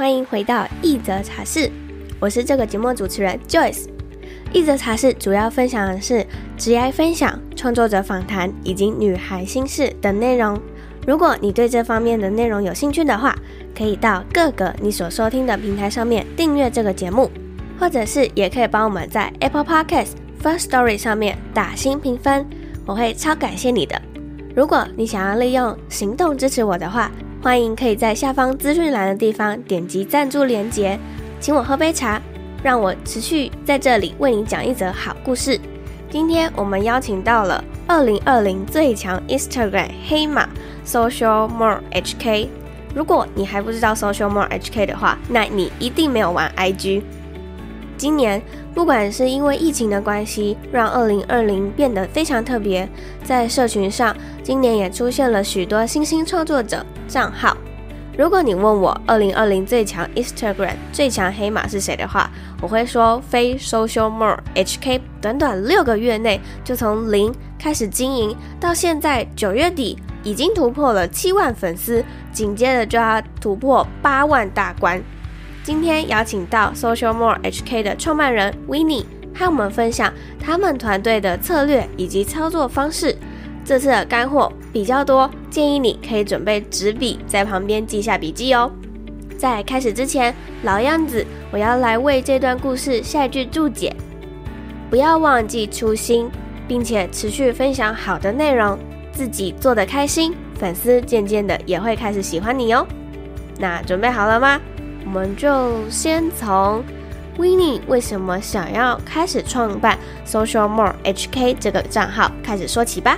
欢迎回到一则茶室，我是这个节目主持人 Joyce。一则茶室主要分享的是职业分享、创作者访谈以及女孩心事等内容。如果你对这方面的内容有兴趣的话，可以到各个你所收听的平台上面订阅这个节目，或者是也可以帮我们在 Apple Podcast、Firstory 上面打星评分，我会超感谢你的。如果你想要利用行动支持我的话，欢迎可以在下方资讯栏的地方点击赞助连结，请我喝杯茶，让我持续在这里为你讲一则好故事。今天我们邀请到了2020最强 Instagram 黑马 Social More HK。 如果你还不知道 Social More HK 的话，那你一定没有玩 IG。 今年不管是因为疫情的关系，让2020变得非常特别，在社群上今年也出现了许多新兴创作者账号。如果你问我2020最强 Instagram 最强黑马是谁的话，我会说非 Social More HK 短短6个月内就从0开始经营，到现在9月底已经突破了7万粉丝，紧接着就要突破8万大关。今天邀请到 Social More HK 的创办人 Winnie 和我们分享他们团队的策略以及操作方式。这次的干货比较多，建议你可以准备纸笔在旁边记下笔记哦。在开始之前，老样子，我要来为这段故事下一句注解：不要忘记初心，并且持续分享好的内容，自己做得开心，粉丝渐渐的也会开始喜欢你哦。那准备好了吗？我们就先从 Winnie 为什么想要开始创办 Social More HK 这个账号开始说起吧。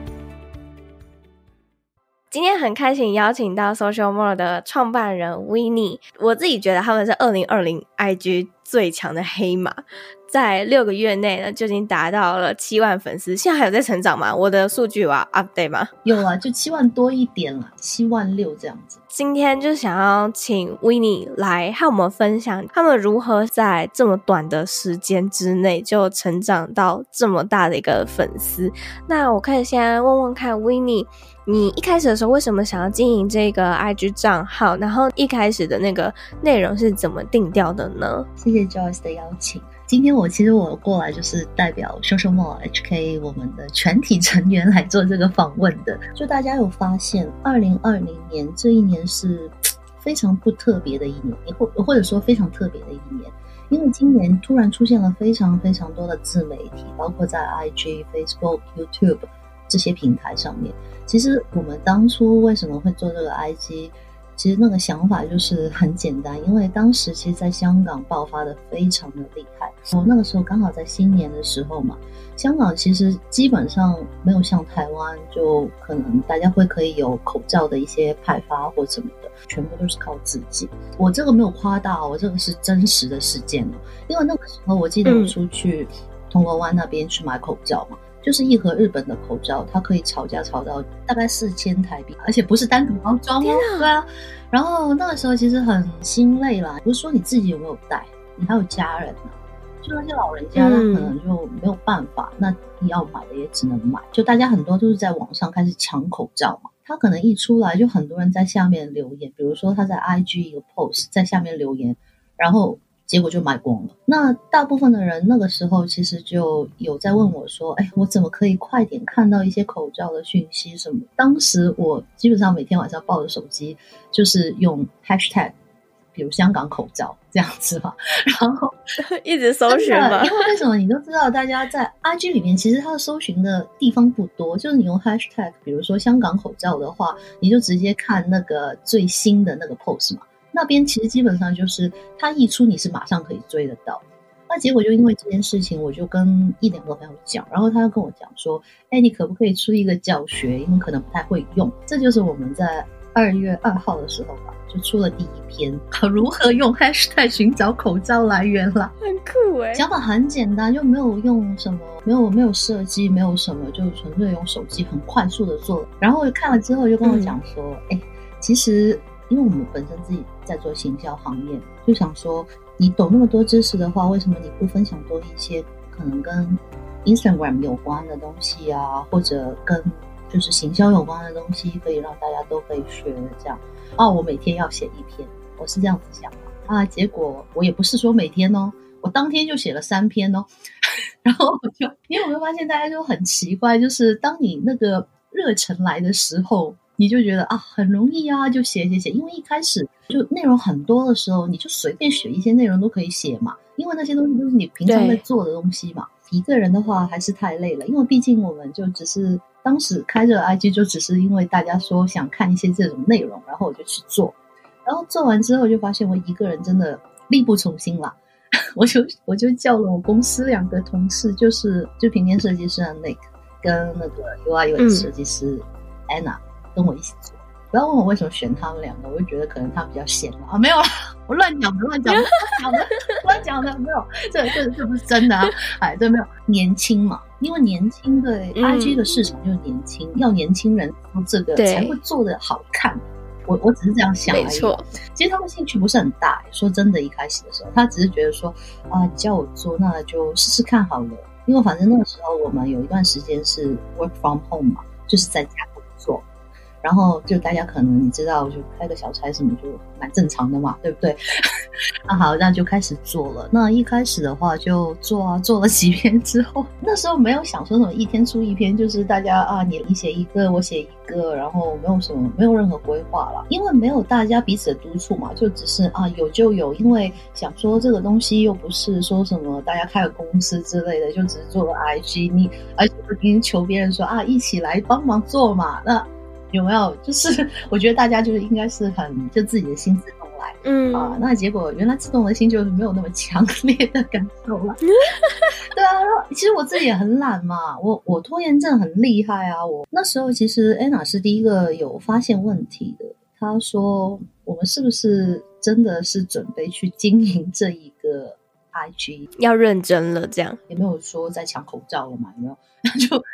今天很开心邀请到 Social More 的创办人 Winnie， 我自己觉得他们是2020 IG 最强的黑马，在6个月内呢就已经达到了7万粉丝，现在还有在成长吗？我的数据有 update 吗？ 有啊，就7万多一点啦，7万6这样子。 今天就想要请 Winnie 来和我们分享他们如何在这么短的时间之内就成长到这么大的一个粉丝。那我可以先问问看 Winnie， 你一开始的时候为什么想要经营这个 IG 账号，然后一开始的那个内容是怎么定调的呢？ 谢谢 Joyce 的邀请。今天我过来就是代表 Social More HK 我们的全体成员来做这个访问的。就大家有发现2020年这一年是非常不特别的一年，或者说非常特别的一年，因为今年突然出现了非常非常多的自媒体，包括在 IG、Facebook、YouTube 这些平台上面。其实我们当初为什么会做这个 IG，其实那个想法就是很简单，因为当时其实在香港爆发的非常的厉害，那个时候刚好在新年的时候嘛，香港其实基本上没有像台湾就可能大家可以有口罩的一些派发或什么的，全部都是靠自己。我这个没有夸大，我这个是真实的事件，因为那个时候我记得我出去铜锣湾那边去买口罩嘛，就是一盒日本的口罩，它可以炒价炒到大概4000台币，而且不是单独包装哦。对啊，然后那个时候其实很心累啦，不是说你自己有没有带，你还有家人啊，就那些老人家他可能就没有办法，那你要买的也只能买。就大家很多都是在网上开始抢口罩嘛，他可能一出来就很多人在下面留言，比如说他在 IG 一个 post 在下面留言，然后结果就买光了。那大部分的人那个时候其实就有在问我说，我怎么可以快点看到一些口罩的讯息什么。当时我基本上每天晚上抱着手机就是用 hashtag 比如香港口罩这样子嘛，然后一直搜寻嘛。 因为什么你都知道，大家在 IG 里面其实它的搜寻的地方不多，就是你用 hashtag 比如说香港口罩的话，你就直接看那个最新的那个 post 嘛，那边其实基本上就是它一出你是马上可以追得到。那结果就因为这件事情，我就跟1-2个朋友讲，然后他就跟我讲说，你可不可以出一个教学，因为可能不太会用。这就是我们在2月2号的时候吧，就出了第一篇如何用 hashtag 寻找口罩来源啦。 很酷耶， 想法很简单，就没有用什么，没有设计，没有什么，就纯粹用手机很快速的做。然后看了之后就跟我讲说，其实因为我们本身自己在做行销行业，就想说你懂那么多知识的话，为什么你不分享多一些可能跟 Instagram 有关的东西啊，或者跟就是行销有关的东西，可以让大家都可以学这样。我每天要写一篇， 我是这样子想啊，结果我也不是说每天哦，我当天就写了3篇哦，然后因为我会发现大家就很奇怪，就是当你那个热忱来的时候，你就觉得啊很容易啊，就写，因为一开始就内容很多的时候，你就随便选一些内容都可以写嘛，因为那些东西都是你平常在做的东西嘛。一个人的话还是太累了，因为毕竟我们就只是当时开着 IG 就只是因为大家说想看一些这种内容，然后我就去做，然后做完之后就发现我一个人真的力不从心啦。我就叫了我公司2个同事，就平面设计师 Nick 跟那个 UI UX 设计师 Anna 跟我一起做。不要问我为什么选他们2个，我就觉得可能他们比较闲嘛。没有啦，我乱讲的，没有，这不是真的啊！哎，这没有年轻嘛，因为年轻的 IG 的市场就是年轻，要年轻人做这个才会做得好看。我只是这样想而已。没错，其实他们兴趣不是很大。说真的，一开始的时候，他只是觉得说啊，你叫我做，那就试试看好了。因为反正那个时候我们有一段时间是 work from home 嘛，就是在家工作。然后就大家可能你知道，就开个小差什么就蛮正常的嘛，对不对？那好，那就开始做了。那一开始的话就做了几篇之后，那时候没有想说什么一天出一篇，就是大家啊，你写一个，我写一个，然后没有任何规划啦，因为没有大家彼此的督促嘛，就只是啊有就有，因为想说这个东西又不是说什么大家开个公司之类的，就只是做个 IG， 而且跟求别人说啊一起来帮忙做嘛，那有没有？就是我觉得大家就是应该是很就自己的心自动来，那结果原来自动的心就是没有那么强烈的感受了。对啊，其实我自己也很懒嘛，我拖延症很厉害啊。我那时候其实 Anna 是第一个有发现问题的，她说我们是不是真的是准备去经营这一个 IG 要认真了，这样也没有说在抢口罩了嘛，有没有？就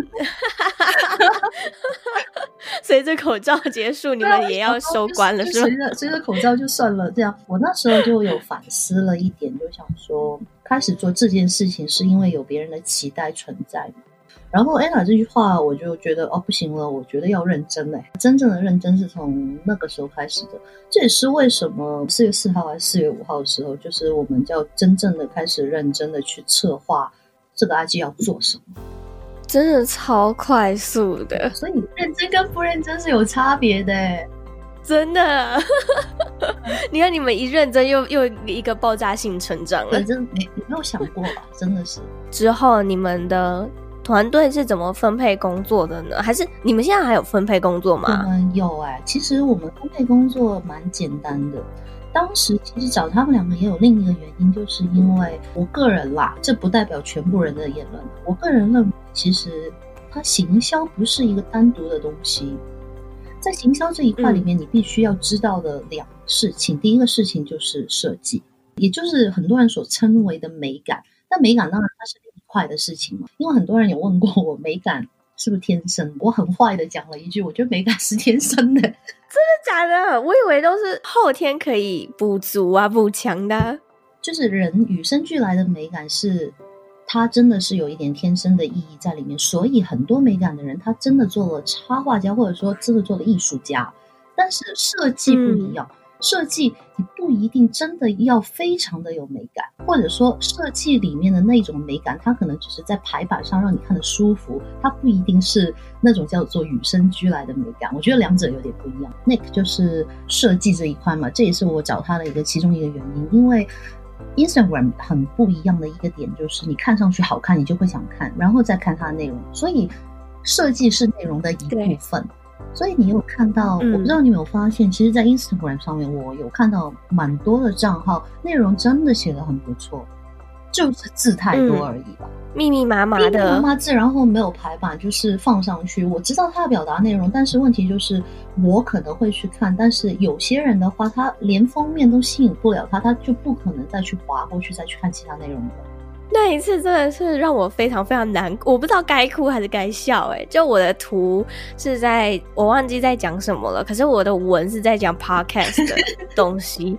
随着口罩结束，你们也要收官了，是吗？ 随着口罩就算了。这样，我那时候就有反思了一点，就想说，开始做这件事情是因为有别人的期待存在嘛。然后 Anna 这句话，我就觉得哦，不行了，我觉得要认真嘞。真正的认真是从那个时候开始的。这也是为什么4月4号还是4月5号的时候，就是我们就要真正的开始认真的去策划这个 IG 要做什么。 真的超快速的， 所以认真跟不认真是有差别的， 真的。你看你们一认真又一个爆炸性成长了， 真你没有想过吧？真的是。 之后你们的团队是怎么分配工作的呢？还是你们现在还有分配工作吗？ 我们有其实我们分配工作蛮简单的。当时其实找他们2个也有另一个原因，就是因为我个人啦，这不代表全部人的言论。我个人认为，其实它行销不是一个单独的东西。在行销这一块里面，你必须要知道的2个事情。第一个事情就是设计，也就是很多人所称为的美感。但美感当然它是另一块的事情嘛，因为很多人有问过我美感是不是天生。我很坏的讲了一句，我觉得美感是天生的。 真的假的？我以为都是后天可以补足啊补强的。 就是人与生俱来的美感是它真的是有一点天生的意义在里面，所以很多美感的人他真的做了插画家，或者说真的做了艺术家。但是设计不一样，设计你不一定真的要非常的有美感，或者说设计里面的那种美感，它可能只是在排版上让你看得舒服，它不一定是那种叫做与生俱来的美感。我觉得2者有点不一样。Nick 就是设计这一块嘛，这也是我找他的其中一个原因。因为 Instagram 很不一样的一个点就是你看上去好看，你就会想看，然后再看它的内容，所以设计是内容的一部分。所以你有看到，我不知道你有没有发现，其实在 Instagram 上面我有看到蛮多的账号内容真的写得很不错，就是字太多而已吧， 密密麻麻字，然后没有排版，就是放上去。我知道他表达内容，但是问题就是我可能会去看，但是有些人的话他连封面都吸引不了他就不可能再去滑过去再去看其他内容了。 那一次真的是让我非常非常难过，我不知道该哭还是该笑。就我的图是我忘记在讲什么了，可是我的文是在讲 podcast 的东西。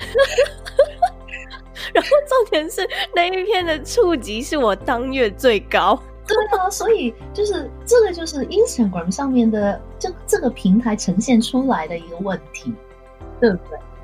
然后重点是那一篇的触及是我当月最高。 对啊，所以就是这个就是 Instagram 上面的这个平台呈现出来的一个问题，对不对？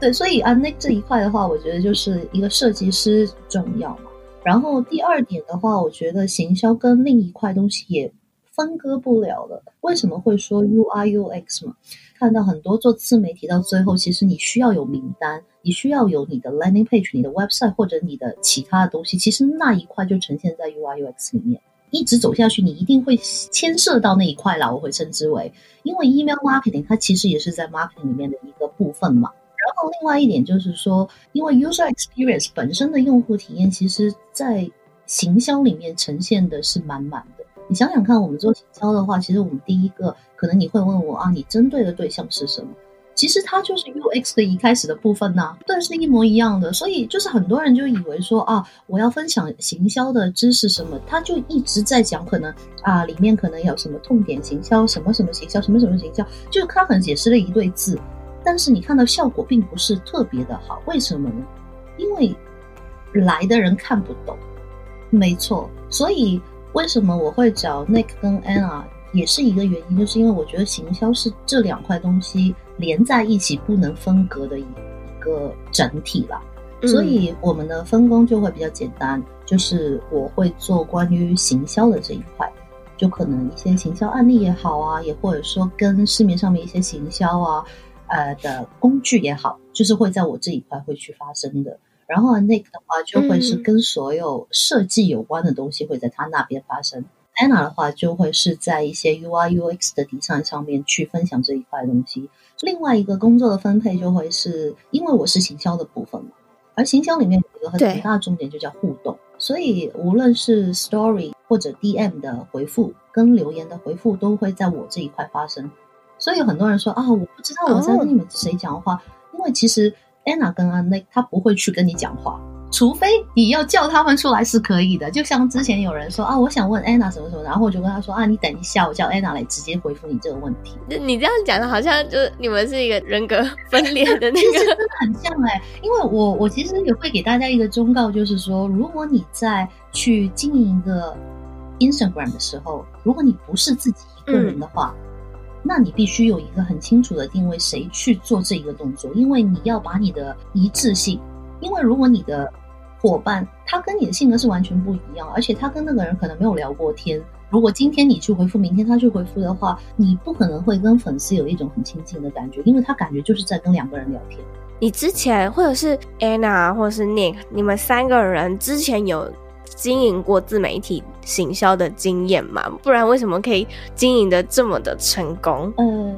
对，所以那这一块的话，我觉得就是一个设计师重要嘛。然后第二点的话，我觉得行销跟另一块东西也分割不了了。为什么会说 UI UX 嘛？看到很多做自媒体到最后，其实你需要有名单，你需要有你的 landing page、你的 website 或者你的其他的东西，其实那一块就呈现在 UI UX 里面。一直走下去，你一定会牵涉到那一块啦，我会称之为，因为 email marketing 它其实也是在 marketing 里面的一个部分嘛。然后另外一点就是说，因为 user experience 本身的用户体验，其实在行销里面呈现的是满满的。你想想看，我们做行销的话，其实我们第一个可能你会问我你针对的对象是什么？其实它就是 UX 的一开始的部分对，是一模一样的。所以就是很多人就以为说我要分享行销的知识什么，他就一直在讲可能里面可能有什么痛点行销，什么什么行销，什么什么行销，就他可能解释了一堆字，但是你看到效果并不是特别的好。为什么呢？因为来的人看不懂。没错，所以为什么我会找 Nick 跟 Anna 也是一个原因，就是因为我觉得行销是这两块东西连在一起不能分隔的一个整体啦。所以我们的分工就会比较简单，就是我会做关于行销的这一块，就可能一些行销案例也好也或者说跟市面上面一些行销的工具也好，就是会在我这一块会去发生的。然后 Nick 的话就会是跟所有设计有关的东西会在他那边发生。Anna 的话就会是在一些 UI UX 的 design 上面去分享这一块东西。另外一个工作的分配就会是，因为我是行销的部分嘛，而行销里面有一个很大的重点就叫互动，所以无论是 story 或者 DM 的回复跟留言的回复都会在我这一块发生。所以有很多人说我不知道我在跟你们谁讲话，因为其实 Anna 跟 Nick 他不会去跟你讲话，除非你要叫他们出来是可以的。就像之前有人说我想问 Anna 什么什么，然后我就跟他说你等一下，我叫 Anna 来直接回复你这个问题。 你这样讲的好像就是你们是一个人格分裂的那个其实真的很像因为我其实也会给大家一个忠告，就是说如果你在去经营一个 Instagram 的时候，如果你不是自己一个人的话，那你必须有一个很清楚的定位，谁去做这一个动作，因为你要把你的一致性，因为如果你的伙伴他跟你的性格是完全不一样，而且他跟那个人可能没有聊过天，如果今天你去回复，明天他去回复的话，你不可能会跟粉丝有一种很亲近的感觉，因为他感觉就是在跟两个人聊天。 你之前或者是 Anna 或者是 Nick， 你们三个人之前有经营过自媒体行销的经验吗？不然为什么可以经营的这么的成功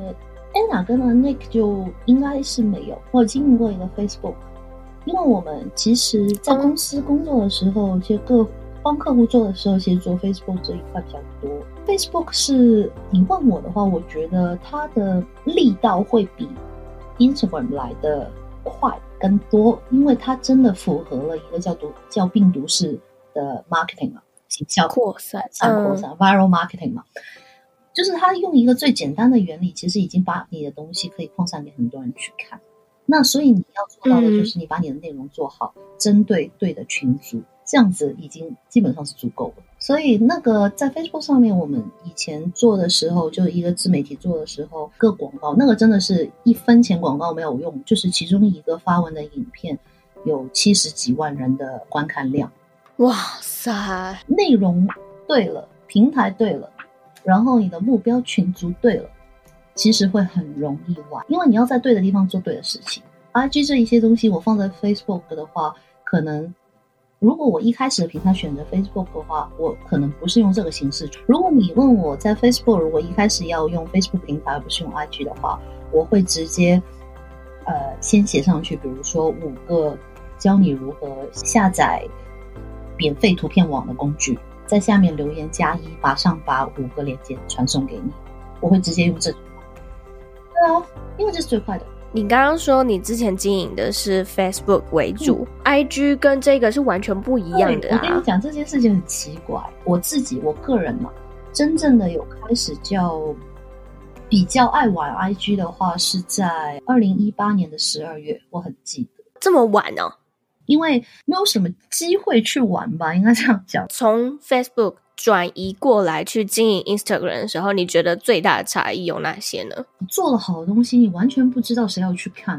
？Anna 跟 Nick 就应该是没有，我有经营过一个 Facebook， 因为我们其实在公司工作的时候，其实帮客户做的时候，其实做 Facebook 这一块比较多。Facebook 是你问我的话，我觉得它的力道会比 Instagram 来的快跟多，因为它真的符合了一个叫病毒式的 marketing 嘛，行销扩散 viral marketing 嘛，就是它用一个最简单的原理，其实已经把你的东西可以扩散给很多人去看。那所以你要做到的就是你把你的内容做好，针对对的群组，这样子已经基本上是足够了。所以那个在 Facebook 上面，我们以前做的时候，就一个自媒体做的时候，个广告那个真的是1分钱广告没有用，就是其中一个发文的影片有70几万人的观看量。 哇塞， 内容对了，平台对了，然后你的目标群组对了，其实会很容易玩，因为你要在对的地方做对的事情。IG 这一些东西我放在 Facebook 的话，可能如果我一开始的平台选择 Facebook 的话，我可能不是用这个形式。如果你问我在 Facebook 如果一开始要用 Facebook 平台而不是用 IG 的话，我会直接先写上去，比如说5个教你如何下载免费图片网的工具，在下面留言加1，马上把5个链接传送给你。我会直接用这种。对啊，因为这是最快的。 你刚刚说你之前经营的是 Facebook 为主，IG 跟这个是完全不一样的我跟你讲这件事情很奇怪，我个人嘛，真正的有开始比较爱玩 IG 的话是在2018年的12月，我很记得。 这么晚哦？ 因为没有什么机会去玩吧，应该这样讲。 从 Facebook 转移过来去经营 Instagram 的时候，你觉得最大的差异有哪些呢？ 做了好的东西，你完全不知道谁要去看，因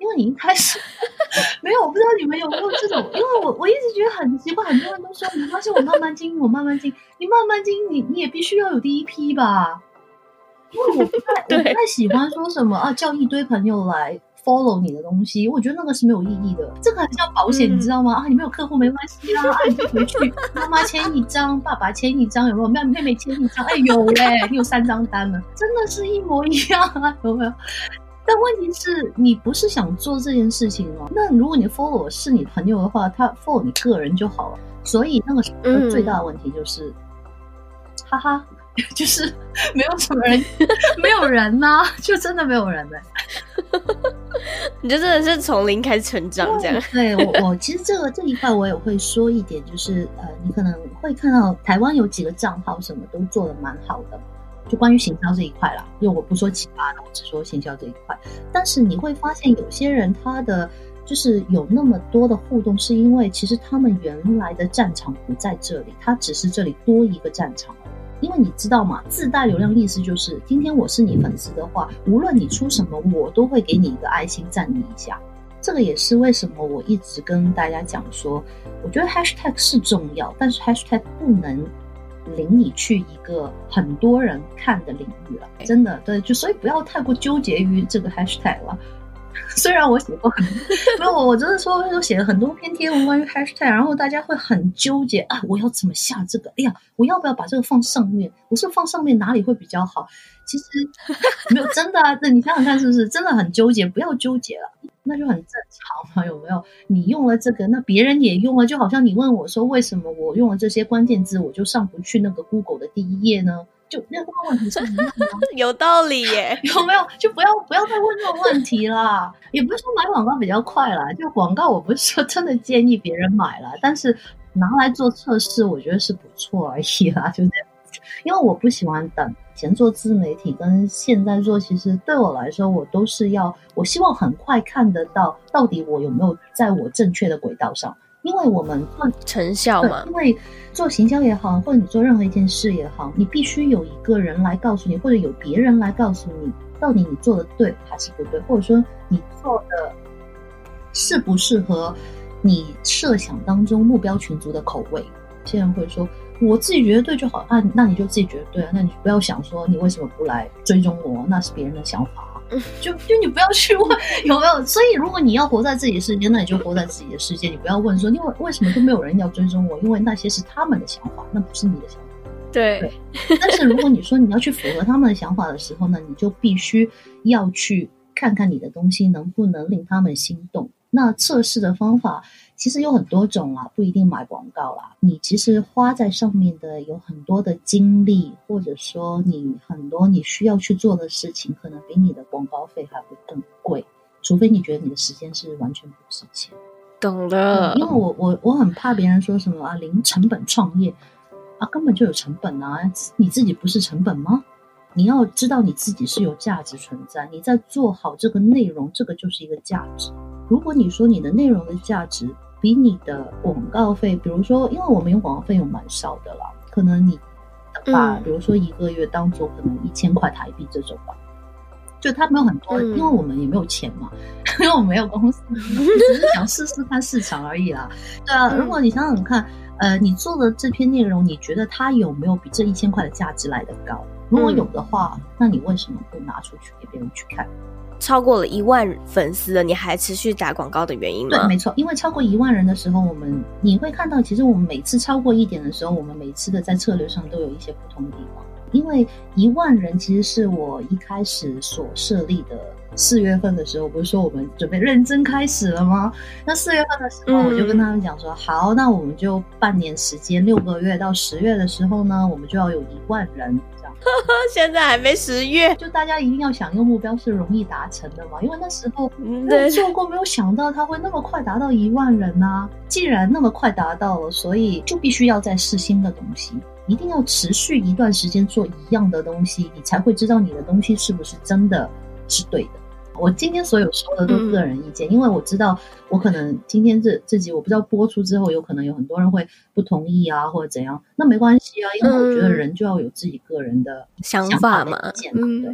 为你一开始没有，我不知道你们有没有这种，因为我一直觉得很奇怪，很多人都说没关系，我慢慢经营，我慢慢经营，你慢慢经营，你也必须要有第一批吧。因为我不太喜欢说什么啊，叫一堆朋友来 follow 你的东西，我觉得那个是没有意义的。这个很像保险，你知道吗？啊，你没有客户没关系啦，你就回去妈妈签一张，爸爸签一张，有没有？妹妹签一张，有嘞，你有3张单了，真的是一模一样啊，有没有？但问题是你不是想做这件事情哦。那如果你 follow 是你朋友的话，他 follow 你个人就好了。所以那个时候最大的问题就是，哈哈。就是没有什么人，没有人啊，就真的没有人你就真的是从零开始成长这样。 对，我其实这一块我也会说一点，就是你可能会看到台湾有几个账号什么都做得蛮好的，就关于行销这一块啦，因为我不说其他的，我只说行销这一块。但是你会发现有些人他的就是有那么多的互动，是因为其实他们原来的战场不在这里，他只是这里多一个战场。因为你知道嘛，自带流量意思就是今天我是你粉丝的话，无论你出什么我都会给你一个爱心赞你一下。这个也是为什么我一直跟大家讲说，我觉得 hashtag 是重要，但是 hashtag 不能领你去一个很多人看的领域了，真的。对，就所以不要太过纠结于这个 hashtag 了。虽然我写过很多，没有，我真的说我写了很多篇贴文关于 hashtag， 然后大家会很纠结啊，我要怎么下这个？哎呀，我要不要把这个放上面？我是放上面哪里会比较好？其实没有，真的啊，你想想看是不是真的很纠结？不要纠结了，那就很正常嘛，有没有？你用了这个，那别人也用了，就好像你问我说，为什么我用了这些关键字，我就上不去那个 Google 的第一页呢？就那个问题是一样的有道理耶， 有没有？就不要再问这种问题啦。也不是说买广告比较快啦，就广告我不是说真的建议别人买啦，但是拿来做测试，我觉得是不错而已啦，就这样。因为我不喜欢等，以前做自媒体跟现在做，其实对我来说，我都是我希望很快看得到底我有没有在我正确的轨道上。因为我们做成效嘛， 因为做行销也好，或者你做任何一件事也好，你必须有一个人来告诉你，或者有别人来告诉你，到底你做的对还是不对，或者说你做的适不适合你设想当中目标群组的口味。有些人会说我自己觉得对就好啊，那你就自己觉得对啊，那你不要想说你为什么不来追踪我，那是别人的想法。就你不要去问有没有。所以如果你要活在自己的世界，那你就活在自己的世界，你不要问说为什么都没有人要追踪我，因为那些是他们的想法，那不是你的想法。 对。 但是如果你说你要去符合他们的想法的时候呢，你就必须要去看看你的东西能不能令他们心动。那测试的方法其实有很多种啦，不一定买广告啦。你其实花在上面的有很多的精力，或者说你很多你需要去做的事情，可能比你的广告费还会更贵，除非你觉得你的时间是完全不值钱。 懂了。 因为我很怕别人说什么零成本创业啊，根本就有成本啊，你自己不是成本吗？你要知道你自己是有价值存在，你在做好这个内容，这个就是一个价值。如果你说你的内容的价值比你的广告费，比如说因为我们用广告费用蛮少的啦，可能你把比如说一个月当做可能1000块台币这种吧，就它没有很多，因为我们也没有钱嘛，因为我们没有公司，只是想试试看市场而已啦。对啊，如果你想想看你做的这篇内容，你觉得它有没有比这1000块的价值来得高？如果有的话，那你为什么不拿出去给别人去看？ 超过了1万粉丝了，你还持续打广告的原因吗？ 对，没错，因为超过1万人的时候，你会看到，其实我们每次超过1点的时候，我们每次的在策略上都有一些不同的地方。因为1万人其实是我一开始所设立的。4月份的时候，不是说我们准备认真开始了吗？那4月份的时候，我就跟他们讲说，好，那我们就半年时间，6个月到10月的时候呢，我们就要有1万人这样。 现在还没10月， 就大家一定要想用目标是容易达成的嘛，因为那时候没有做过，没有想到它会那么快达到1万人啊。既然那么快达到了，所以就必须要再试新的东西，一定要持续一段时间做一样的东西，你才会知道你的东西是不是真的是对的。我今天所有说的都个人意见，因为我知道我可能今天这集我不知道播出之后，有可能有很多人会不同意啊，或者怎样，那没关系啊，因为我觉得人就要有自己个人的想法嘛， 对。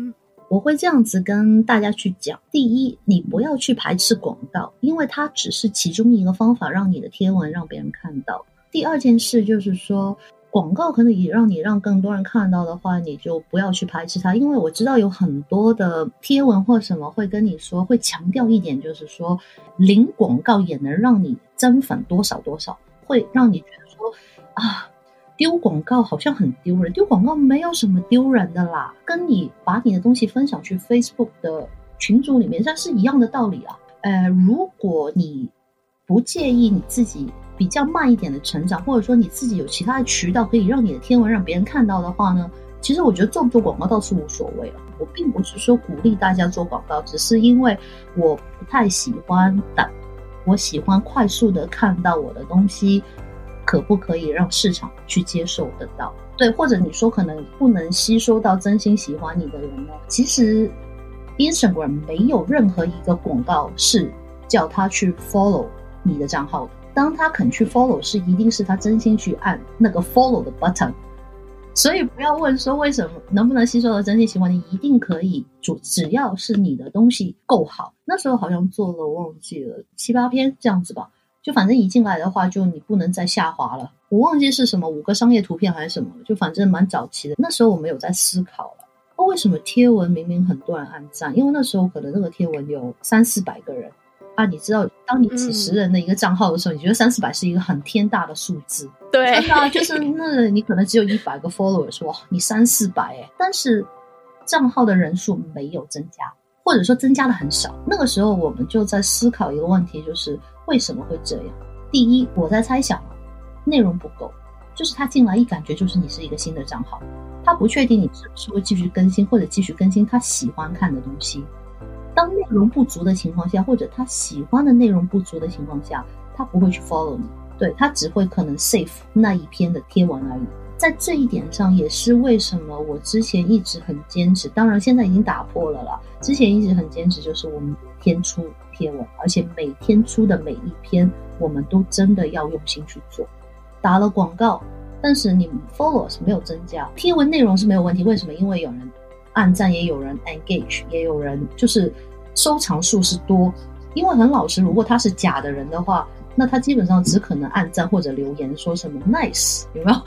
我会这样子跟大家去讲。第一，你不要去排斥广告，因为它只是其中一个方法让你的贴文让别人看到。第二件事就是说，广告可能也让更多人看到的话，你就不要去排斥它。因为我知道有很多的贴文或什么会跟你说，会强调一点，就是说零广告也能让你增粉多少多少，会让你觉得说啊，丢广告好像很丢人。丢广告没有什么丢人的啦，跟你把你的东西分享去 Facebook 的群组里面，这是一样的道理啦。如果你不介意你自己比较慢一点的成长，或者说你自己有其他的渠道可以让你的贴文让别人看到的话呢，其实我觉得做不做广告倒是无所谓了。我并不是说鼓励大家做广告，只是因为我不太喜欢等，我喜欢快速的看到我的东西可不可以让市场去接受得到。对，或者你说可能不能吸收到真心喜欢你的人呢，其实 Instagram 没有任何一个广告是叫他去 follow 你的账号的。当他肯去 follow， 一定是他真心去按那个 follow 的 button。 所以不要问说为什么能不能吸收到真心喜欢，你一定可以，只要是你的东西够好。那时候好像做了我忘记了7、8篇这样子吧，就反正一进来的话就你不能再下滑了。我忘记是什么5个商业图片还是什么，就反正蛮早期的。那时候我们有在思考了，为什么贴文明明很多人按赞，因为那时候可能那个贴文有300-400个人啊，你知道当你几十人的一个账号的时候，你觉得300-400是一个很天大的数字。 对， 真的啊，就是那你可能只有100个 followers， 哇，你300-400但是账号的人数没有增加，或者说增加的很少。那个时候我们就在思考一个问题，就是为什么会这样。第一，我在猜想内容不够，就是他进来一感觉就是你是一个新的账号，他不确定你是不是会继续更新，或者继续更新他喜欢看的东西。当内容不足的情况下，或者他喜欢的内容不足的情况下，他不会去 follow 你，对，他只会可能 save 那一篇的贴文而已。在这一点上也是为什么我之前一直很坚持，当然现在已经打破了啦，之前一直很坚持，就是我们每天出贴文，而且每天出的每一篇我们都真的要用心去做。打了广告，但是你 followers 没有增加，贴文内容是没有问题。为什么？因为有人按赞，也有人 engage， 也有人就是收藏数是多。因为很老实，如果他是假的人的话，那他基本上只可能按赞或者留言说什么 nice， 有没有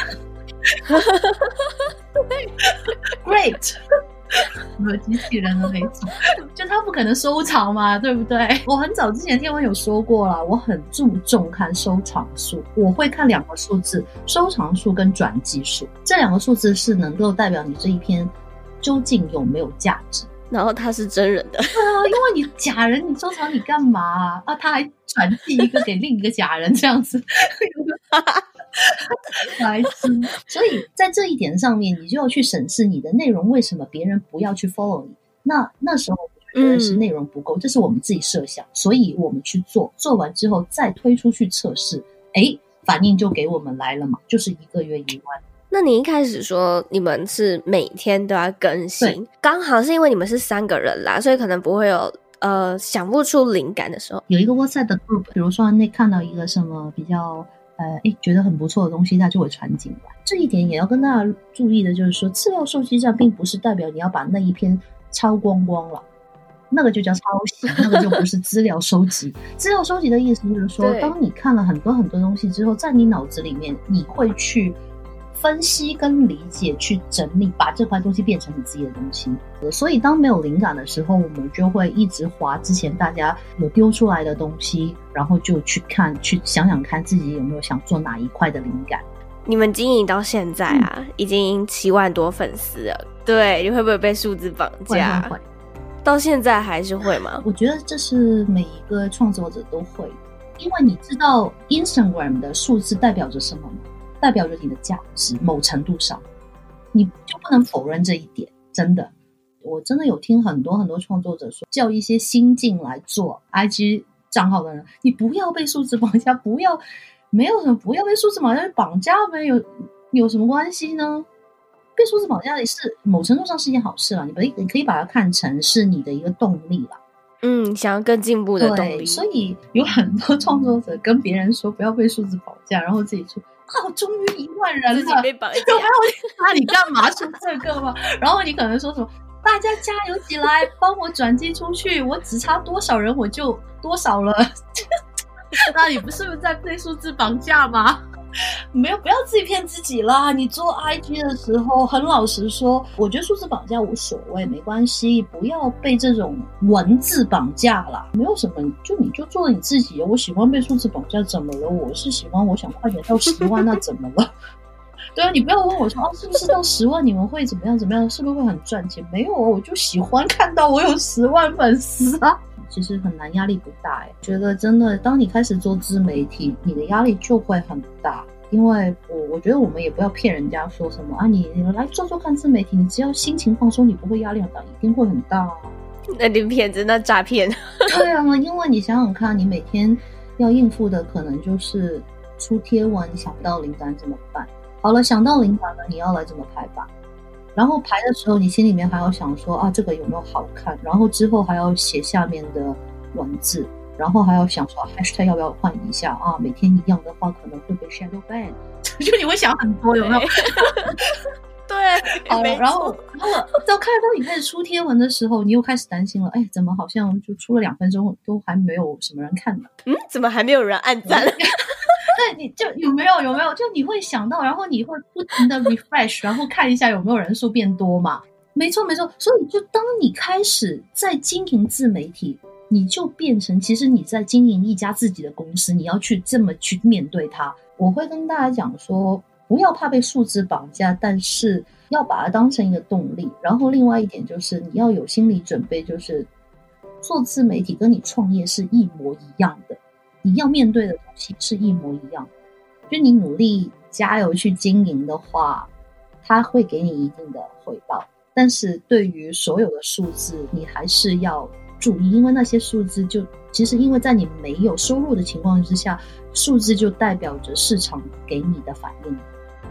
？Great， 没有机器人的那种，就他不可能收藏嘛，对不对？我很早之前贴文有说过啦，我很注重看收藏数，我会看2个数字，收藏数跟转寄数，这2个数字是能够代表你这一篇究竟有没有价值。 然后他是真人的， 对啊，因为你假人你收藏你干嘛啊？他还转寄一个给另一个假人这样子开心。所以在这一点上面，你就要去审视你的内容为什么别人不要去 follow 你。那时候我觉得是内容不够，这是我们自己设想，所以我们去做，做完之后再推出去测试，反应就给我们来了嘛，就是1个月1万。 那你一开始说你们是每天都要更新，刚好是因为你们是3个人啦，所以可能不会有想不出灵感的时候。 有一个 WhatsApp 的 group， 比如说那看到一个什么比较觉得很不错的东西，他就会传进来。这一点也要跟大家注意的就是说，资料收集站并不是代表你要把那一篇抄光光了，那个就叫抄袭，那个就不是资料收集。资料收集的意思就是说，当你看了很多很多东西之后，在你脑子里面你会去分析跟理解，去整理，把这块东西变成你自己的东西。所以当没有灵感的时候，我们就会一直滑之前大家有丢出来的东西，然后就去看，去想想看自己有没有想做哪一块的灵感。 你们经营到现在啊，已经7万多粉丝了，对，你会不会被数字绑架？ 会。 到现在还是会吗？ 我觉得这是每一个创作者都会，因为你知道 Instagram 的数字代表着什么吗？代表着你的价值，某程度上你就不能否认这一点。真的，我真的有听很多很多创作者说，叫一些新进来做 IG 账号的人，你不要被数字绑架，不要被数字绑架呗，有什么关系呢？被数字绑架也是某程度上是一件好事啦，你可以把它看成是你的一个动力啦。 想要更进步的动力。 所以有很多创作者跟别人说不要被数字绑架，然后自己说终于1万人了， 自己被绑架， 那你干嘛说这个嘛？然后你可能说什么大家加油起来，帮我转寄出去，我只差多少人我就多少了。那你不是在被数字绑架吗？没有，不要自己骗自己啦。你做 IG 的时候，很老实说，我觉得数字绑架无所谓，没关系，不要被这种文字绑架啦。没有什么，你就做你自己。我喜欢被数字绑架，怎么了？我是喜欢，我想快点到10万，那怎么了？对啊，你不要问我说是不是到10万你们会怎么样怎么样，是不是会很赚钱？没有，我就喜欢看到我有10万粉丝啊。其实很难，压力不大觉得真的，当你开始做自媒体，你的压力就会很大。因为我觉得我们也不要骗人家说什么啊，你来做做看自媒体，你只要心情放松，你不会压力很大，一定会很大啊。 那你骗子，那诈骗。 对啊，因为你想想看，你每天要应付的可能就是出贴文，你想不到灵感怎么办？好了，想到灵感了，你要来怎么排吧？然后排的时候，你心里面还要想说啊，这个有没有好看？然后之后还要写下面的文字，然后还要想说 hashtag 要不要换一下啊？每天一样的话，可能会被 shadow ban。就你会想很多，有没有？ 对， 好了，然后到看到你开始出贴文的时候，你又开始担心了，哎，怎么好像就出了2分钟都还没有什么人看呢？ 怎么还没有人按赞？ 对，你就有没有？就你会想到，然后你会不停的 refresh， 然后看一下有没有人数变多嘛？没错。所以就当你开始在经营自媒体，你就变成其实你在经营一家自己的公司，你要去这么去面对它。我会跟大家讲说，不要怕被数字绑架，但是要把它当成一个动力。然后另外一点就是你要有心理准备，就是做自媒体跟你创业是一模一样的。你要面对的东西是一模一样的，就你努力加油去经营的话，它会给你一定的回报。但是对于所有的数字，你还是要注意，因为那些数字就其实因为在你没有收入的情况之下，数字就代表着市场给你的反应。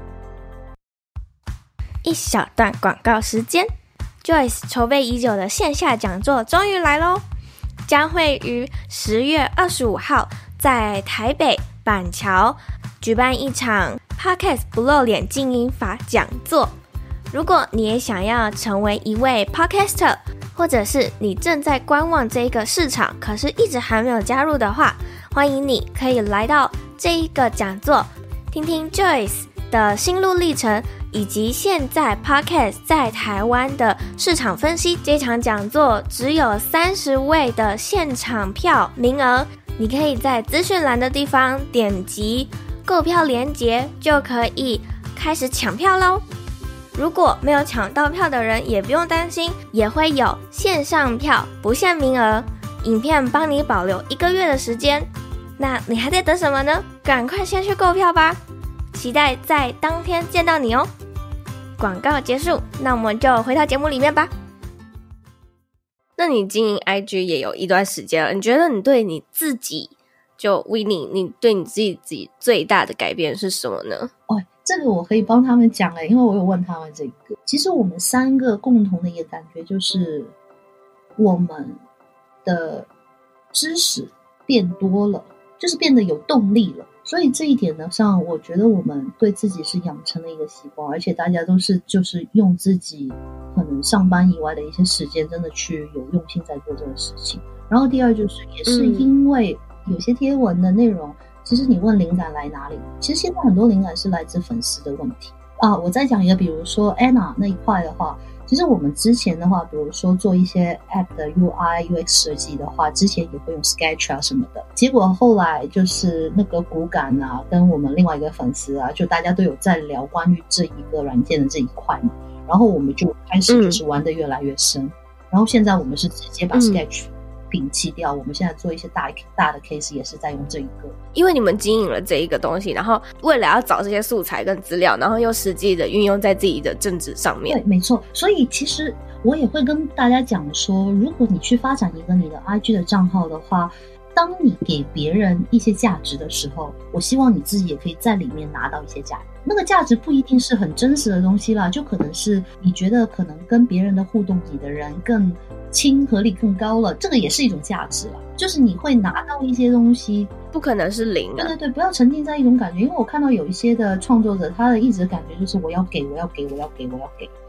一小段广告时间 ，Joyce 筹备已久的线下讲座终于来咯，将会于10月25号在台北板桥举办一场 Podcast 不露脸经营法讲座。如果你也想要成为一位 Podcaster， 或者是你正在观望这个市场，可是一直还没有加入的话，欢迎你可以来到这一个讲座，听听 Joyce 的心路历程，以及现在 Podcast 在台湾的市场分析。这场讲座只有30位的现场票名额，你可以在资讯栏的地方点击购票连结，就可以开始抢票咯。如果没有抢到票的人也不用担心，也会有线上票不限名额，影片帮你保留1个月的时间。那你还在等什么呢？赶快先去购票吧，期待在当天见到你哦。广告结束，那我们就回到节目里面吧。那你经营 IG 也有一段时间了，你觉得你对你自己，就 Winnie， 你对你自己最大的改变是什么呢？ 这个我可以帮他们讲因为我有问他们这个。其实我们3个共同的一个感觉就是，我们的知识变多了，就是变得有动力了。所以这一点呢上，我觉得我们对自己是养成了一个习惯，而且大家都是就是用自己可能上班以外的一些时间，真的去有用心在做这个事情。然后第二就是也是因为有些贴文的内容，其实你问灵感来哪里，其实现在很多灵感是来自粉丝的问题啊。我再讲一个，比如说 Anna 那一块的话，其实我们之前的话，比如说做一些 App 的 UI UX 设计的话，之前也会用 Sketch 啊什么的。结果后来就是那个骨感啊，跟我们另外一个粉丝啊，就大家都有在聊关于这一个软件的这一块嘛，然后我们就开始就是玩得越来越深。然后现在我们是直接把 Sketch摒弃掉，我们现在做一些大的 case 也是在用这一个。因为你们经营了这一个东西，然后为了要找这些素材跟资料，然后又实际的运用在自己的正职上面。对，没错。所以其实我也会跟大家讲说，如果你去发展一个你的 IG 的账号的话，当你给别人一些价值的时候，我希望你自己也可以在里面拿到一些价值。那个价值不一定是很真实的东西啦，就可能是你觉得可能跟别人的互动比的人更亲和力更高了，这个也是一种价值啦。就是你会拿到一些东西，不可能是零的。对对对，不要沉浸在一种感觉，因为我看到有一些的创作者，他的一直的感觉就是我要给，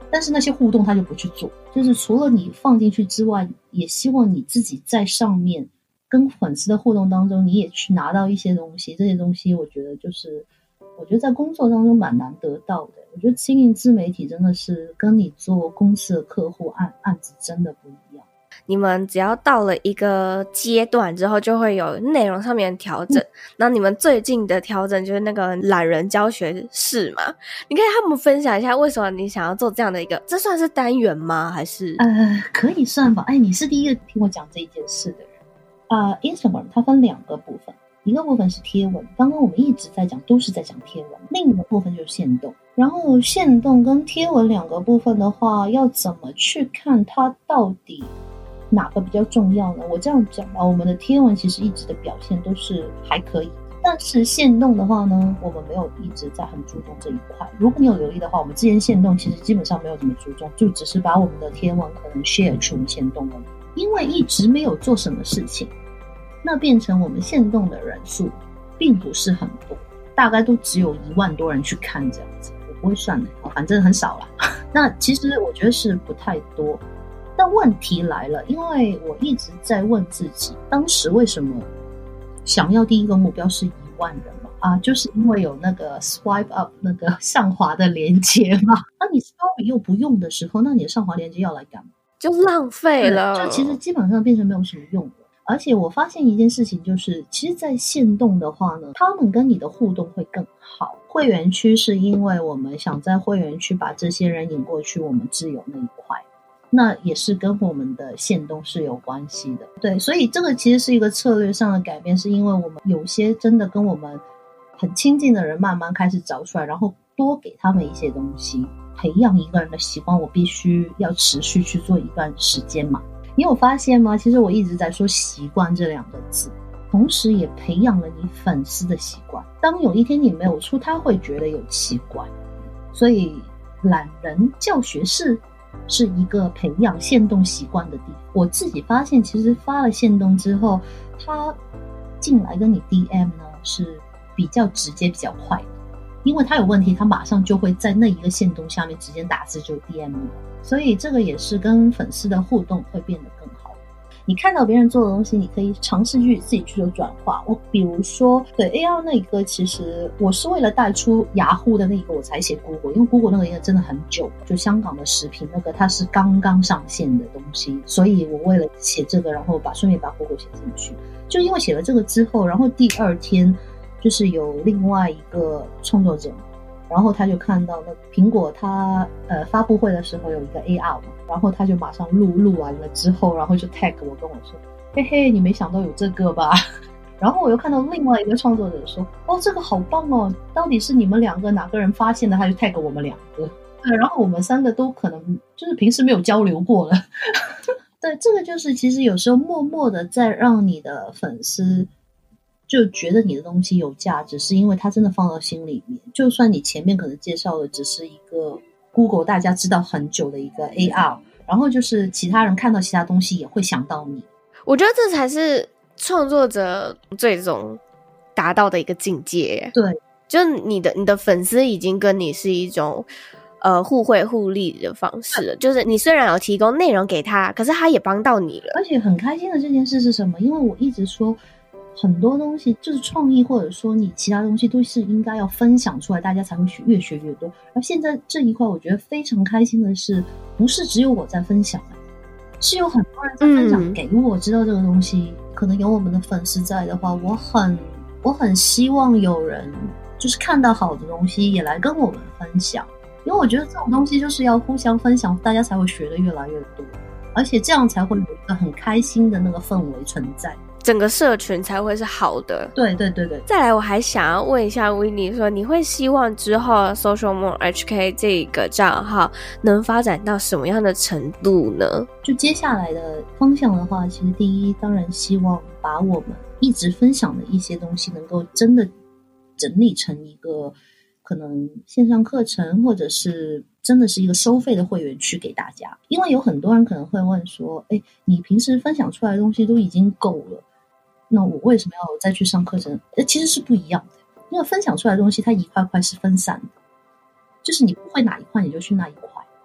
但是那些互动他就不去做，就是除了你放进去之外，也希望你自己在上面跟粉丝的互动当中，你也去拿到一些东西。这些东西我觉得在工作当中蛮难得到的。我觉得经营自媒体真的是跟你做公司的客户案子真的不一样。 你们只要到了一个阶段之后，就会有内容上面的调整。然后你们最近的调整就是那个懒人教学室嘛？你可以和我们分享一下，为什么你想要做这样的一个？这算是单元吗？还是可以算吧。你是第一个听我讲这一件事的人。Instagram 它分2个部分，一个部分是贴文，刚刚我们一直在讲，都是在讲贴文。另一个部分就是限动。然后限动跟贴文2个部分的话，要怎么去看它到底哪个比较重要呢？我这样讲吧，我们的贴文其实一直的表现都是还可以，但是限动的话呢，我们没有一直在很注重这一块。如果你有留意的话，我们之前限动其实基本上没有怎么注重，就只是把我们的贴文可能 share 出限动而已，因为一直没有做什么事情，那变成我们限动的人数并不是很多，大概都只有1万多人去看这样子，我不会算的，反正很少啦。那其实我觉得是不太多。但问题来了，因为我一直在问自己，当时为什么想要第一个目标是1万人嘛？就是因为有那个 swipe up 那个上滑的连接嘛。那你 story 又不用的时候，那你的上滑连接要来干嘛？ 就浪费了， 就其实基本上变成没有什么用的。而且我发现一件事情，就是其实在限动的话呢，他们跟你的互动会更好。会员区是因为我们想在会员区把这些人引过去我们自有那一块，那也是跟我们的限动是有关系的。对，所以这个其实是一个策略上的改变，是因为我们有些真的跟我们很亲近的人慢慢开始找出来，然后多给他们一些东西，培养一个人的习惯，我必须要持续去做一段时间嘛。你有发现吗？其实我一直在说习惯这2个字，同时也培养了你粉丝的习惯。当有一天你没有出，他会觉得有奇怪。所以懒人教学室是一个培养限动习惯的地方。我自己发现，其实发了限动之后，他进来跟你 DM 呢是比较直接比较快的，因为他有问题，他马上就会在那一个限动下面直接打字就 DM 你，所以这个也是跟粉丝的互动会变得更好。你看到别人做的东西，你可以尝试去自己去做转化。我比如说对 AR 那个，其实我是为了带出雅虎的那个我才写 Google， 因为 Google 那个真的很久，就香港的食品那个它是刚刚上线的东西，所以我为了写这个，然后顺便把 Google 写进去。就因为写了这个之后，然后第2天就是有另外一个创作者，然后他就看到那苹果他发布会的时候有一个 AR 嘛，然后他就马上录完了之后，然后就 tag 我跟我说，嘿嘿，你没想到有这个吧？然后我又看到另外一个创作者说，这个好棒哦，到底是你们2个哪个人发现的？他就 tag 我们2个，对，然后我们3个都可能就是平时没有交流过了。对，这个就是其实有时候默默的在让你的粉丝就觉得你的东西有价值，是因为他真的放到心里面。就算你前面可能介绍的只是一个 Google 大家知道很久的一个 AR， 然后就是其他人看到其他东西也会想到你。 我觉得这才是创作者最终达到的一个境界。 对， 就你的粉丝已经跟你是一种互惠互利的方式了，就是你虽然有提供内容给他，可是他也帮到你了。 而且很开心的这件事是什么？因为我一直说很多东西就是创意，或者说你其他东西都是应该要分享出来，大家才会越学越多。而现在这一块我觉得非常开心的是，不是只有我在分享，是有很多人在分享给我知道这个东西。可能有我们的粉丝在的话，我很希望有人就是看到好的东西也来跟我们分享，因为我觉得这种东西就是要互相分享，大家才会学得越来越多，而且这样才会有一个很开心的那个氛围存在， 整个社群才会是好的。 对对对对。 再来我还想要问一下 Winnie 说，你会希望之后 Social More HK 这个账号能发展到什么样的程度呢？ 就接下来的方向的话，其实第一当然希望把我们一直分享的一些东西能够真的整理成一个可能线上课程，或者是真的是一个收费的会员区给大家。因为有很多人可能会问说，你平时分享出来的东西都已经够了，那我为什么要再去上课程？其实是不一样的，因为分享出来的东西它一块块是分散的，就是你不会哪一块你就去那一块，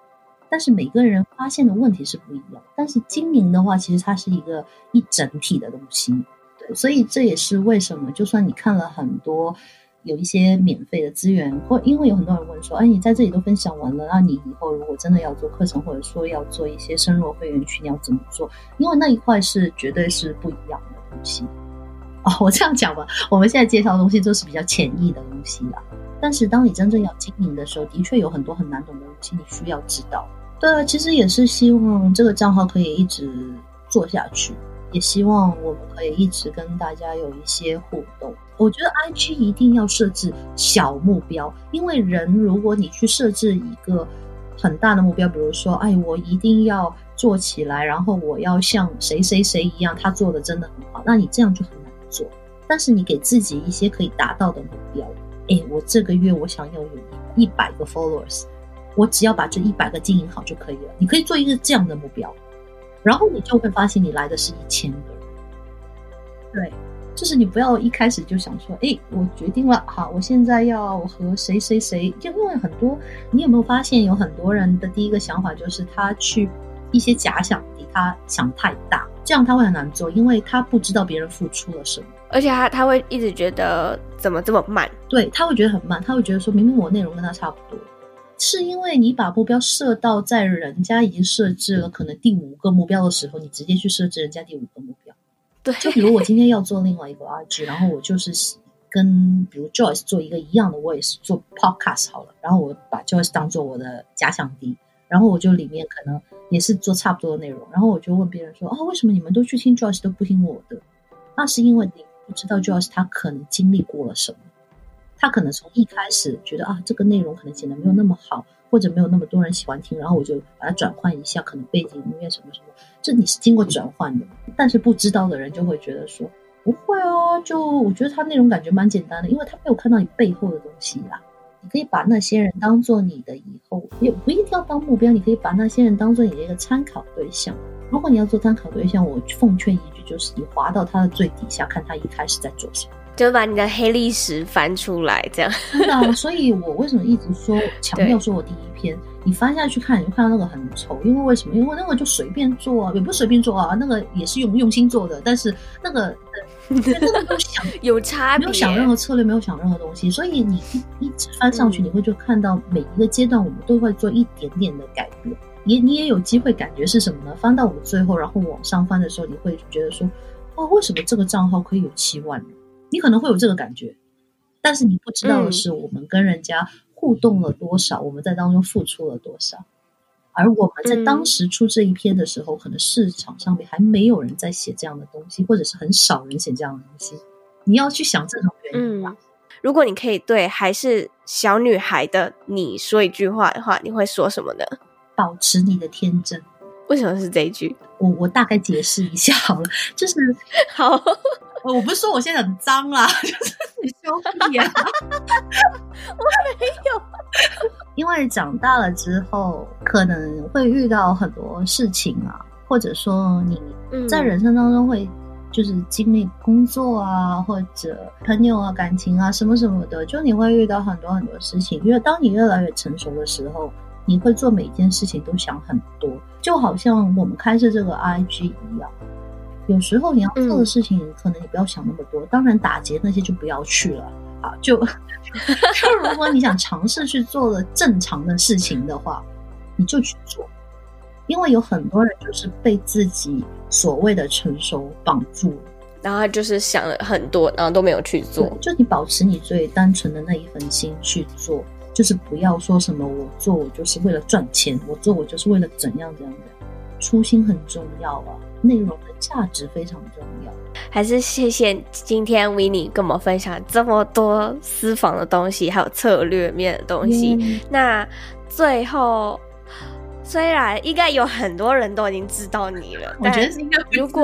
但是每个人发现的问题是不一样。但是经营的话，其实它是一整体的东西。对，所以这也是为什么就算你看了很多有一些免费的资源，或因为有很多人问说，哎，你在这里都分享完了，那你以后如果真的要做课程，或者说要做一些深入会员区，你要怎么做？因为那一块是绝对是不一样的东西。我这样讲吧，我们现在介绍的东西都是比较浅易的东西啦。但是当你真正要经营的时候，的确有很多很难懂的东西你需要知道。对啊，其实也是希望这个账号可以一直做下去，也希望我们可以一直跟大家有一些互动。我觉得 IG 一定要设置小目标，因为人如果你去设置一个很大的目标，比如说我一定要做起来，然后我要像谁谁谁一样，他做的真的很好，那你这样就很难做。但是你给自己一些可以达到的目标，我这个月我想要有100个 followers， 我只要把这100个经营好就可以了。你可以做一个这样的目标，然后你就会发现你来的是1000个人。对，就是你不要一开始就想说我决定了，好，我现在要和谁谁谁。因为很多，你有没有发现有很多人的第一个想法就是他去一些假想敌，他想太大，这样他会很难做，因为他不知道别人付出了什么， 而且他会一直觉得怎么这么慢。 对，他会觉得很慢，他会觉得说明明我内容跟他差不多，是因为你把目标设到在人家已经设置了可能第5个目标的时候，你直接去设置人家第5个目标。 对， 就比如我今天要做另外一个 RG， 然后我就是跟比如 Joyce 做一个一样的，我也是做 podcast 好了，然后我把 Joyce 当做我的假想敌，然后我就里面可能也是做差不多的内容，然后我就问别人说为什么你们都去听 Joyce 都不听我的？那是因为你不知道 Joyce 他可能经历过了什么，他可能从一开始觉得这个内容可能显得没有那么好，或者没有那么多人喜欢听，然后我就把它转换一下，可能背景音乐什么什么，这你是经过转换的。但是不知道的人就会觉得说不会就我觉得他内容感觉蛮简单的，因为他没有看到你背后的东西啦。你可以把那些人当做你的以后，也不一定要当目标，你可以把那些人当做你的一个参考对象。如果你要做参考对象，我奉劝一句，就是你滑到他的最底下，看他一开始在做什么， 就把你的黑历史翻出来，这样。 真的所以我为什么一直说强调说我第一篇你翻下去看，你就看到那个很丑，因为为什么？因为那个就随便做也不是随便做那个也是用心做的，但是那个那个没有想有差别， 没有想任何策略，没有想任何东西，所以你一直翻上去，你会就看到每一个阶段我们都会做一点点的改变。你也有机会感觉是什么呢？翻到我们最后，然后往上翻的时候，你会觉得说为什么这个账号可以有7万人？你可能会有这个感觉，但是你不知道的是我们跟人家互动了多少，我们在当中付出了多少。而我们在当时出这一篇的时候，可能市场上面还没有人在写这样的东西，或者是很少人写这样的东西。你要去想这种原因吧。 如果你可以对还是小女孩的你说一句话的话，你会说什么呢？ 保持你的天真。 为什么是这一句？ 我大概解释一下好了，就是好， 我不是说我现在很脏啦，就是你羞屁啊。 我没有。 因为长大了之后可能会遇到很多事情或者说你在人生当中会就是经历工作或者朋友感情什么什么的，就你会遇到很多很多事情。因为当你越来越成熟的时候，你会做每一件事情都想很多，就好像我们开设这个 IG 一样，有时候你要做的事情可能你不要想那么多，当然打劫那些就不要去了就如果你想尝试去做的正常的事情的话，你就去做。因为有很多人就是被自己所谓的成熟绑住了， 然后他就是想了很多，然后都没有去做。 就你保持你最单纯的那一份心去做，就是不要说什么我做我就是为了赚钱，我做我就是为了怎样怎样怎样。初心很重要内容的价值非常重要。 还是谢谢今天 Winnie 跟我们分享这么多私房的东西，还有策略面的东西。那最后，虽然应该有很多人都已经知道你了， 我觉得应该不知道。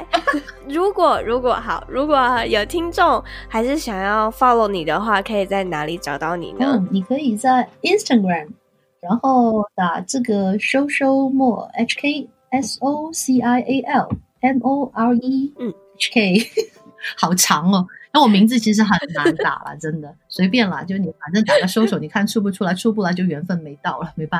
如果有听众还是想要 follow 你的话，可以在哪里找到你呢？ 你可以在 Instagram， 然后打这个 social more HK SOCIAL MORE HK 好长那我名字其实很难打啦真的随便啦，就你反正打个搜索，你看出不出来，出不来就缘分没到了，没办法。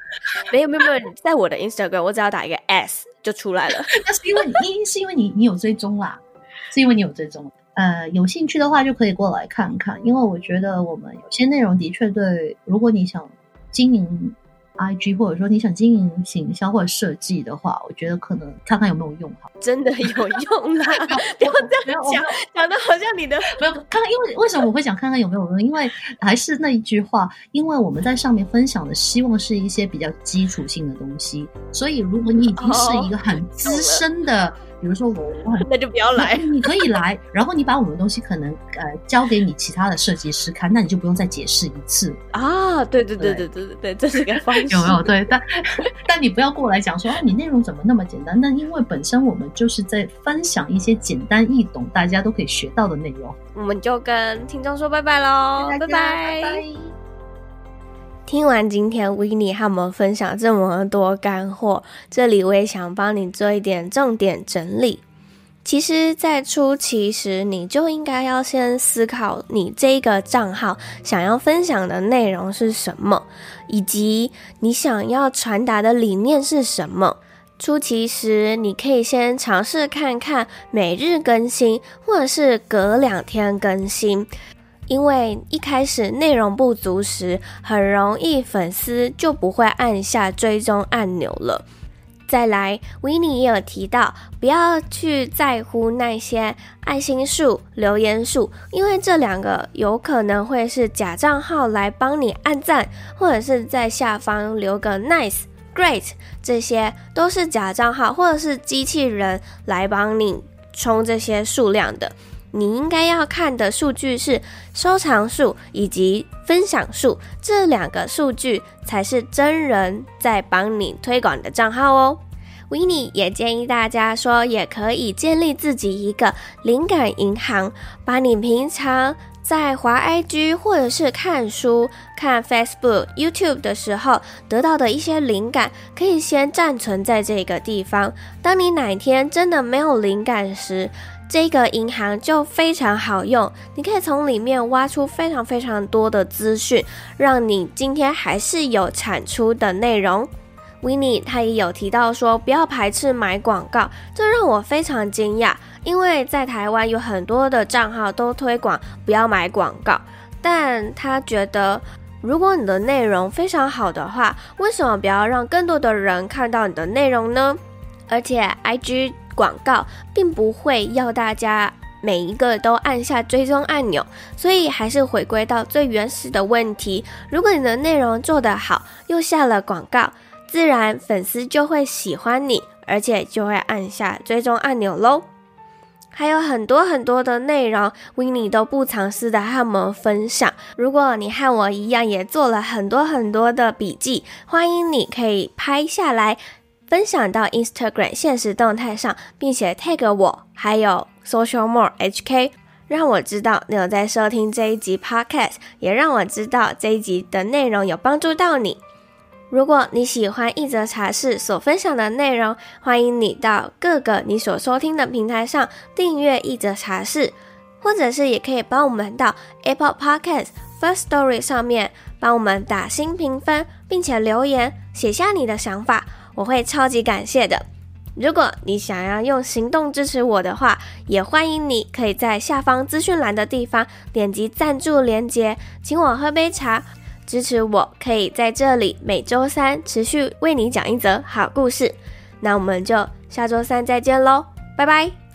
没有，在我的 Instagram 我只要打一个 S 就出来了。 那是因为你有追踪啦，是因为你有追踪。有兴趣的话就可以过来看看，因为我觉得我们有些内容的确对，如果你想经营 IG 或者说你想经营行销或者设计的话，我觉得可能看看有没有用好。 真的有用啦！不要这样讲的好像你的没有看看，因为为什么我会想看看有没有用？因为还是那一句话，因为我们在上面分享的希望是一些比较基础性的东西，所以如果你已经是一个很资深的。比如说我很那就不要来， 你可以来，然后你把我们的东西可能交给你其他的设计师看，那你就不用再解释一次啊。对，这是个方式。 有没有？对，但你不要过来讲说你内容怎么那么简单？那因为本身我们就是在分享一些简单易懂，大家都可以学到的内容。 我们就跟听众说拜拜咯，拜拜。听完今天 Winnie 和我们分享这么多干货，这里我也想帮你做一点重点整理。其实在初期时，你就应该要先思考你这个账号想要分享的内容是什么，以及你想要传达的理念是什么。初期时，你可以先尝试看看每日更新，或者是隔2天更新。因为一开始内容不足时，很容易粉丝就不会按下追踪按钮了。再来 Winnie 也有提到，不要去在乎那些爱心数、留言数，因为这2个有可能会是假账号来帮你按赞，或者是在下方留个 nice、great， 这些都是假账号或者是机器人来帮你冲这些数量的。你应该要看的数据是收藏数以及分享数，这2个数据才是真人在帮你推广的账号哦。Winnie 也建议大家说，也可以建立自己一个灵感银行，把你平常在滑 IG 或者是看书、看 Facebook、YouTube 的时候得到的一些灵感，可以先暂存在这个地方。当你哪天真的没有灵感时，这个银行就非常好用，你可以从里面挖出非常非常多的资讯，让你今天还是有产出的内容。Winnie 他也有提到说，不要排斥买广告，这让我非常惊讶，因为在台湾有很多的账号都推广不要买广告，但他觉得如果你的内容非常好的话，为什么不要让更多的人看到你的内容呢？而且 IG 广告并不会要大家每一个都按下追踪按钮，所以还是回归到最原始的问题，如果你的内容做得好，又下了广告，自然粉丝就会喜欢你，而且就会按下追踪按钮咯。还有很多很多的内容 Winnie 都不藏私的和我们分享，如果你和我一样也做了很多很多的笔记，欢迎你可以拍下来分享到 Instagram 限时动态上，并且 tag 我还有 Social More HK， 让我知道你有在收听这一集 Podcast， 也让我知道这一集的内容有帮助到你。如果你喜欢一则茶室所分享的内容，欢迎你到各个你所收听的平台上订阅一则茶室，或者是也可以帮我们到 Apple Podcast、Firstory 上面帮我们打星评分，并且留言写下你的想法，我会超级感谢的。如果你想要用行动支持我的话，也欢迎你可以在下方资讯栏的地方点击赞助连结，请我喝杯茶，支持我可以在这里每周3持续为你讲一则好故事。那我们就下周3再见咯，拜拜。